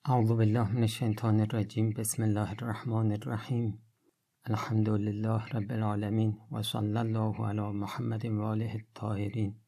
اعوذ بالله من الشیطان الرجیم. بسم الله الرحمن الرحیم. الحمد لله رب العالمین و صلی الله علی محمد و آله الطاهرین.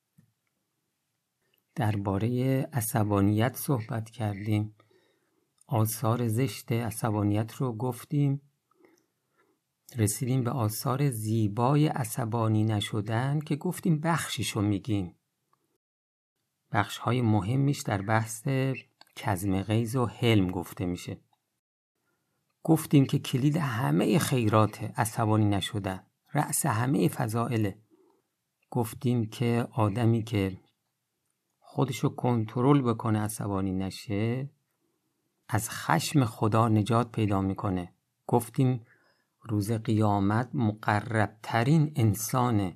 درباره عصبانیت صحبت کردیم. آثار زشت عصبانیت رو گفتیم. رسیدیم به آثار زیبای عصبانی نشدن که گفتیم بخشیشو میگیم. بخش‌های مهمیش در بحث کظم غیظ و حلم گفته میشه. گفتیم که کلید همه خیرات عصبانی نشدن، رأس همه فضائل. گفتیم که آدمی که خودشو کنترل بکنه، عصبانی نشه، از خشم خدا نجات پیدا میکنه. گفتیم روز قیامت مقربترین انسانه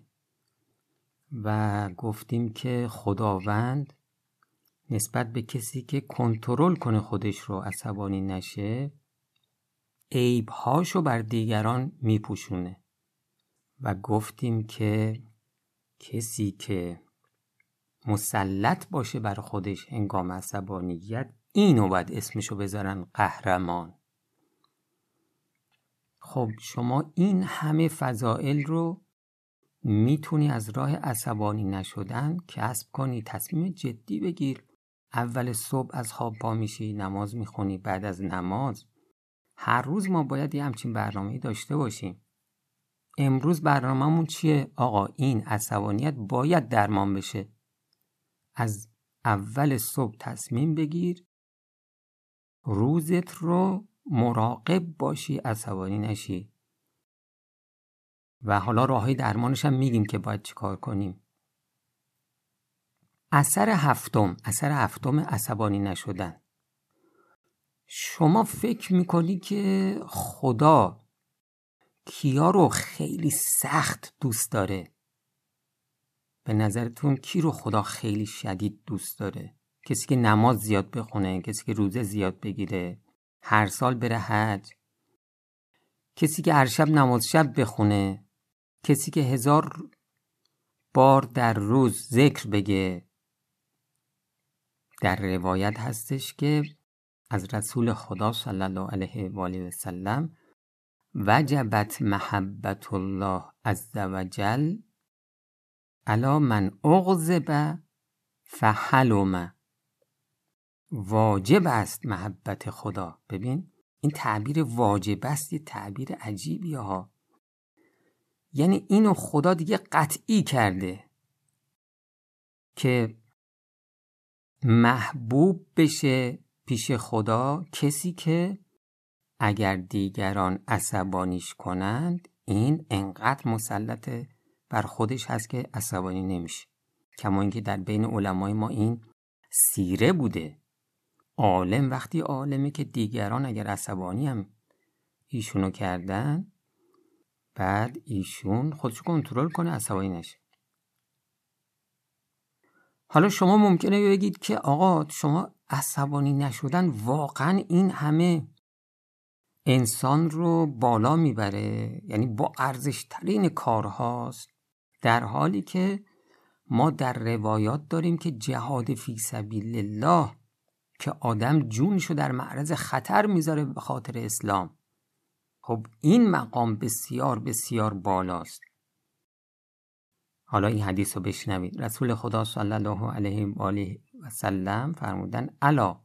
و گفتیم که خداوند نسبت به کسی که کنترل کنه خودش رو، عصبانی نشه، عیب‌هاشو بر دیگران میپوشونه. و گفتیم که کسی که مسلط باشه بر خودش هنگام عصبانیت، اینو باید اسمشو بذارن قهرمان. خب شما این همه فضائل رو میتونی از راه عصبانی نشدن کسب کنی. تصمیم جدی بگیر. اول صبح از خواب پا میشی، نماز میخونی، بعد از نماز هر روز ما باید یه همچین برنامه‌ای داشته باشیم. امروز برنامه‌مون چیه؟ آقا این عصبانیت باید درمان بشه. از اول صبح تصمیم بگیر روزت رو مراقب باشی، عصبانی نشی. و حالا راههای درمانش هم میگیم که باید چی کار کنیم. اثر هفتم عصبانی نشدن. شما فکر میکنی که خدا کیا رو خیلی سخت دوست داره؟ به نظرتون کی رو خدا خیلی شدید دوست داره؟ کسی که نماز زیاد بخونه، کسی که روزه زیاد بگیره، هر سال بره حج، کسی که هر شب نماز شب بخونه، کسی که 1000 بار در روز ذکر بگه. در روایت هستش که از رسول خدا صلی الله علیه و آله و سلم وجبت محبت الله عز وجل علی من اغضب فحلم. واجب است محبت خدا. ببین این تعبیر واجب است یه تعبیر عجیبیه ها. یعنی اینو خدا دیگه قطعی کرده که محبوب بشه پیش خدا کسی که اگر دیگران عصبانیش کنند، این انقدر مسلط بر خودش هست که عصبانی نمیشه. کما اینکه در بین علمای ما این سیره بوده. عالم وقتی عالمه که دیگران اگر عصبانی هم ایشونو کردن، بعد ایشون خودشو کنترل کنه، عصبانی نشه. حالا شما ممکنه بگید که آقا شما عصبانی نشدن واقعا این همه انسان رو بالا میبره، یعنی با ارزش ترین کارهاست، در حالی که ما در روایات داریم که جهاد فی سبیل الله که آدم جونشو در معرض خطر میذاره به خاطر اسلام. خب این مقام بسیار بسیار بالاست. حالا این حدیث رو بشنوید. رسول خدا صلی الله علیه و آله و سلم فرمودن الا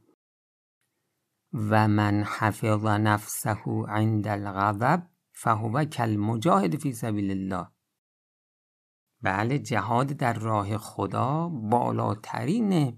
و من حفظ نفسه عند الغضب فهو کالمجاهد فی سبیل الله. بله، جهاد در راه خدا بالاترین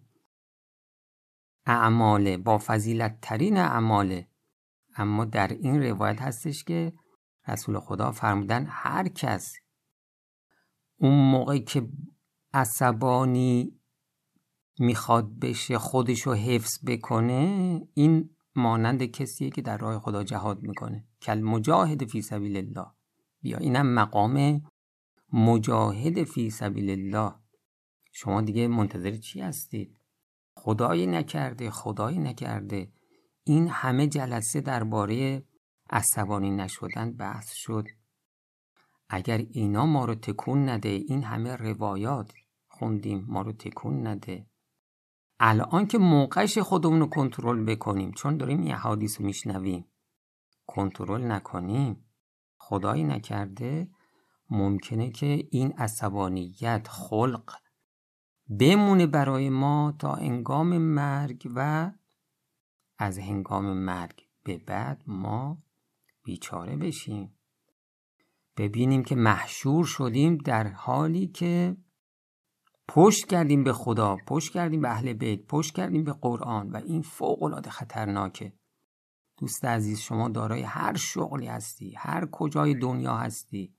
اعماله، با فضیلت ترین اعماله. اما در این روایت هستش که رسول خدا فرمودن هر کس اون موقعی که عصبانی میخواد بشه خودشو حفظ بکنه، این مانند کسیه که در راه خدا جهاد میکنه. کل مجاهد فی سبیل الله. بیا اینم مقام مجاهد فی سبیل الله. شما دیگه منتظر چی هستید؟ خدایی نکرده این همه جلسه درباره عصبانی نشدن بحث شد. اگر اینا ما رو تکون نده، این همه روایات خوندیم ما رو تکون نده، الان که موقعش خودمون رو کنترل بکنیم، چون داریم یه حدیث رو میشنویم، کنترل نکنیم، خدایی نکرده ممکنه که این عصبانیت خلق بمونه برای ما تا هنگام مرگ و از هنگام مرگ به بعد ما بیچاره بشیم، ببینیم که محشور شدیم در حالی که پشت کردیم به خدا، پشت کردیم به اهل بیت، پشت کردیم به قرآن و این فوق‌العاده خطرناکه. دوست عزیز، شما دارای هر شغلی هستی، هر کجای دنیا هستی،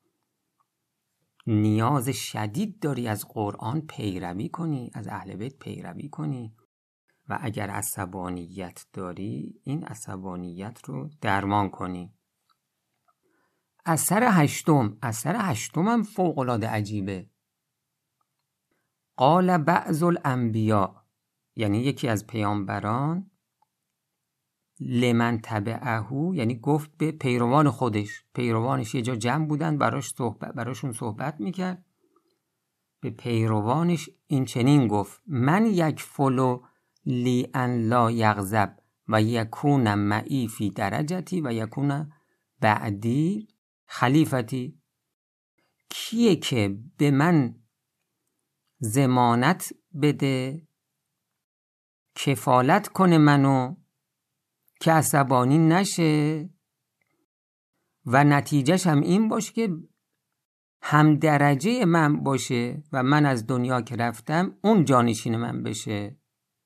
نیاز شدید داری از قرآن پیروی کنی، از اهل بیت پیروی کنی و اگر عصبانیت داری این عصبانیت رو درمان کنی. اثر هشتم هم فوق‌العاده عجیبه. قال بعض الانبیاء، یعنی یکی از پیامبران، لمن تبعه، یعنی گفت به پیروان خودش، پیروانش یه جا جمع بودن براشون صحبت میکرد، به پیروانش این چنین گفت: من یکفلو لی ان لا یغضب و یکون معی فی درجتی و یکون بعدی خلیفتی. کیه که به من ضمانت بده، کفالت کنه منو که عصبانی نشه و نتیجهش هم این باشه که هم درجه من باشه و من از دنیا که رفتم اون جانشین من بشه.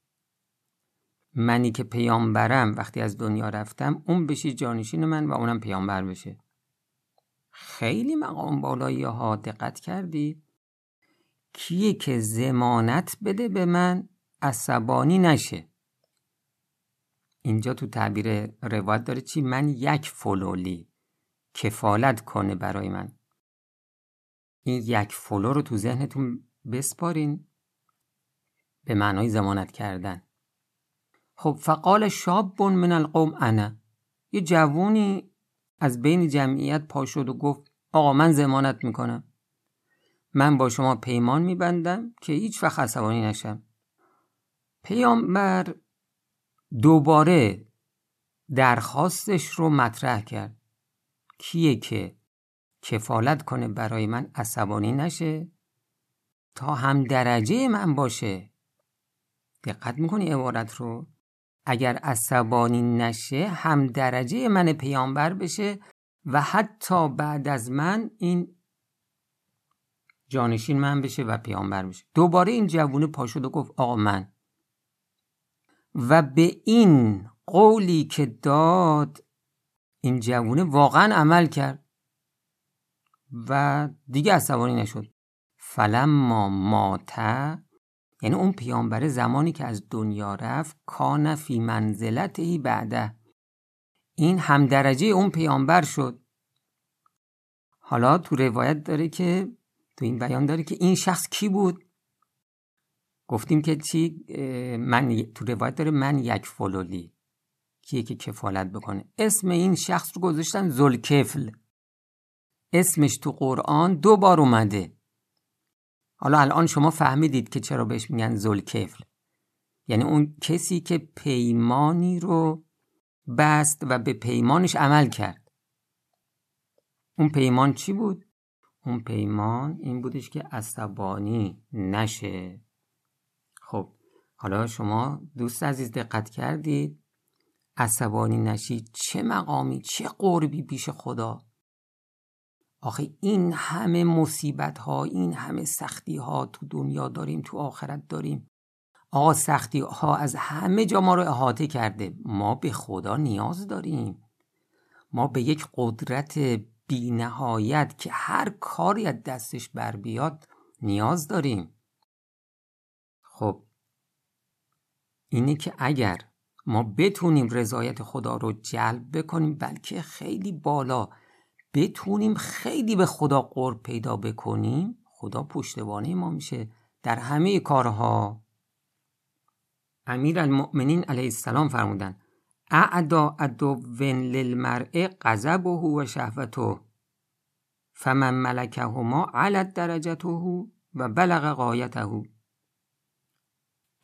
منی که پیامبرم وقتی از دنیا رفتم اون بشه جانشین من و اونم پیامبر بشه. خیلی مقام بالایی ها، دقت کردی؟ کیه که ضمانت بده به من عصبانی نشه. اینجا تو تعبیر روایت داره چی؟ من یک فلولی، کفالت کنه برای من. این یک فلو رو تو ذهنتون بسپارین، به معنای ضمانت کردن. خب فقال شاب من القوم انا، یه جوونی از بین جمعیت پا شد و گفت آقا من ضمانت میکنم، من با شما پیمان میبندم که هیچ وقت عصبانی نشم. پیامبر دوباره درخواستش رو مطرح کرد: کیه که کفالت کنه برای من عصبانی نشه تا هم درجه من باشه. دقت میکنی عبارت رو؟ اگر عصبانی نشه هم درجه من پیامبر بشه و حتی بعد از من این جانشین من بشه و پیامبر بشه. دوباره این جوونه پا شد و گفت آقا من، و به این قولی که داد این جوونه واقعا عمل کرد و دیگه عصبانی نشد. فلما مات، یعنی اون پیامبر زمانی که از دنیا رفت، کان فی منزلته بعده، این هم درجه اون پیامبر شد. حالا تو روایت داره که، تو این بیان داره که این شخص کی بود؟ گفتیم که چی؟ تو روایت داره من یک فلولی، کیه که کفالت بکنه. اسم این شخص رو گذاشتن ذوالکفل. اسمش تو قرآن 2 بار اومده. حالا الان شما فهمیدید که چرا بهش میگن ذوالکفل، یعنی اون کسی که پیمانی رو بست و به پیمانش عمل کرد. اون پیمان چی بود؟ اون پیمان این بودش که عصبانی نشه. خب حالا شما دوست عزیز دقت کردید؟ عصبانی نشید چه مقامی، چه قربی پیش خدا. آخه این همه مصیبت ها، این همه سختی ها تو دنیا داریم، تو آخرت داریم. آقا سختی ها از همه جا ما رو احاطه کرده. ما به خدا نیاز داریم. ما به یک قدرت بی نهایت که هر کاری از دستش بر بیاد نیاز داریم. خب اینه که اگر ما بتونیم رضایت خدا رو جلب بکنیم، بلکه خیلی بالا بتونیم خیلی به خدا قرب پیدا بکنیم، خدا پشتوانه ما میشه در همه کارها. امیرالمؤمنین علیه السلام فرمودن: اعدا عدوین للمرء غضبه و شهوته فمن ملکهما علت درجته و بلغ غایته.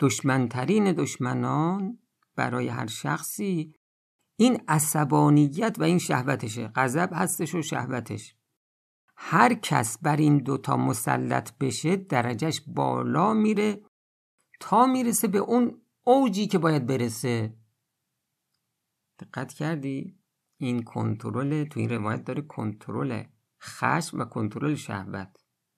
دشمنترین دشمنان برای هر شخصی این عصبانیت و این شهوتشه. غضب هستش و شهوتش. هر کس بر این دوتا مسلط بشه درجهش بالا میره تا میرسه به اون اوجی که باید برسه. دقت کردی؟ این کنترل تو این روایت داره کنترل خشم و کنترل شهوت.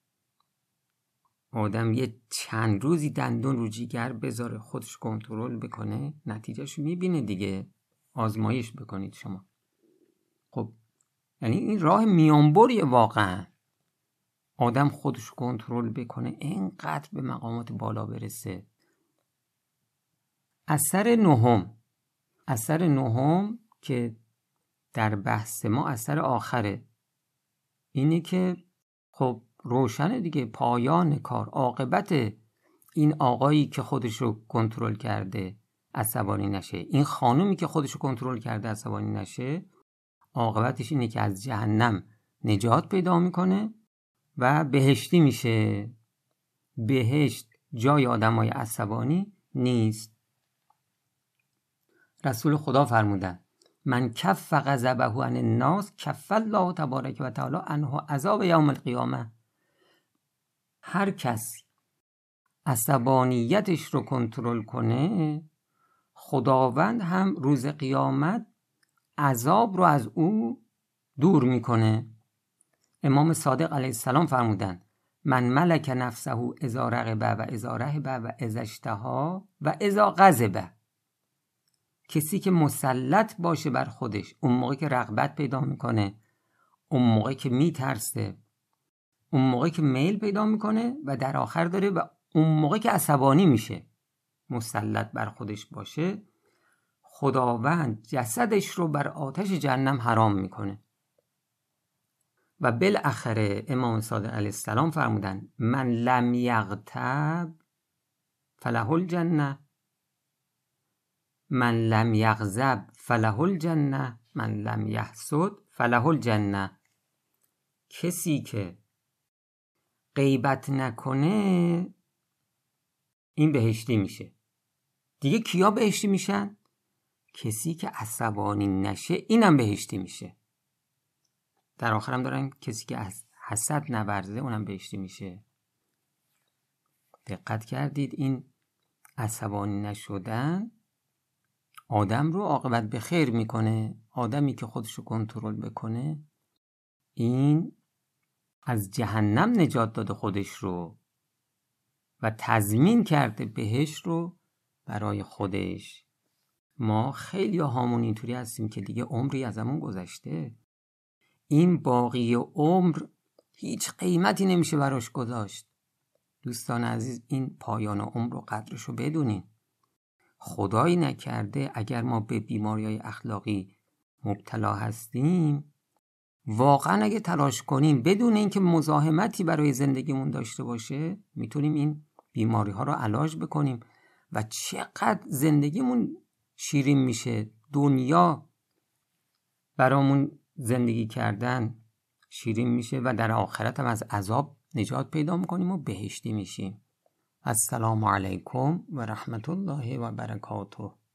آدم یه چند روزی دندون رو جیگر بذاره خودش کنترل بکنه نتیجهش میبینه دیگه. آزمایش بکنید شما. خب یعنی این راه میانبریه واقعا. آدم خودش کنترل بکنه اینقدر به مقامات بالا برسه. اثر نهم که در بحث ما اثر آخره اینه که خب روشنه دیگه، پایان کار، عاقبت این آقایی که خودش رو کنترل کرده عصبانی نشه، این خانومی که خودش رو کنترل کرده عصبانی نشه، عاقبتش اینه که از جهنم نجات پیدا میکنه و بهشتی میشه. بهشت جای آدمای عصبانی نیست. رسول خدا فرمودن من کف غضبه عن الناس کف الله تبارک و تعالی عنه عذاب یوم القیامه. هر کس عصبانیتش رو کنترل کنه خداوند هم روز قیامت عذاب رو از او دور میکنه. امام صادق علیه السلام فرمودن من ملک نفسه اذا رغبه و اذا رهبه و اذا اشتهى و اذا غضب. کسی که مسلط باشه بر خودش اون موقع که رغبت پیدا میکنه، اون موقع که میترسه، اون موقع که میل پیدا میکنه و در آخر داره و اون موقع که عصبانی میشه، مسلط بر خودش باشه، خداوند جسدش رو بر آتش جهنم حرام میکنه. و بالاخره امام صادق علیه السلام فرمودن من لم یغتب فله الجنه، من لم یغضب فله الجنه، من لم یحسد فله الجنه. کسی که غیبت نکنه این بهشتی میشه. دیگه کیا بهشتی میشن؟ کسی که عصبانی نشه اینم بهشتی میشه. در آخرم دارن کسی که از حسد نورزه اونم بهشتی میشه. دقت کردید؟ این عصبانی نشدن آدم رو عاقبت به خیر میکنه. آدمی که خودشو کنترل بکنه این از جهنم نجات داده خودش رو و تضمین کرده بهشت رو برای خودش. ما خیلی هامون اینطوری هستیم که دیگه عمری ازمون گذشته، این باقی عمر هیچ قیمتی نمیشه براش گذاشت. دوستان عزیز این پایان عمر رو قدرش رو بدونین. خدایی نکرده اگر ما به بیماری‌های اخلاقی مبتلا هستیم، واقعا اگه تلاش کنیم بدون اینکه مزاحمتی برای زندگیمون داشته باشه میتونیم این بیماری ها رو علاج بکنیم و چقدر زندگیمون شیرین میشه. دنیا برامون زندگی کردن شیرین میشه و در آخرت هم از عذاب نجات پیدا میکنیم و بهشتی میشیم. السلام علیکم و رحمت الله و برکاته.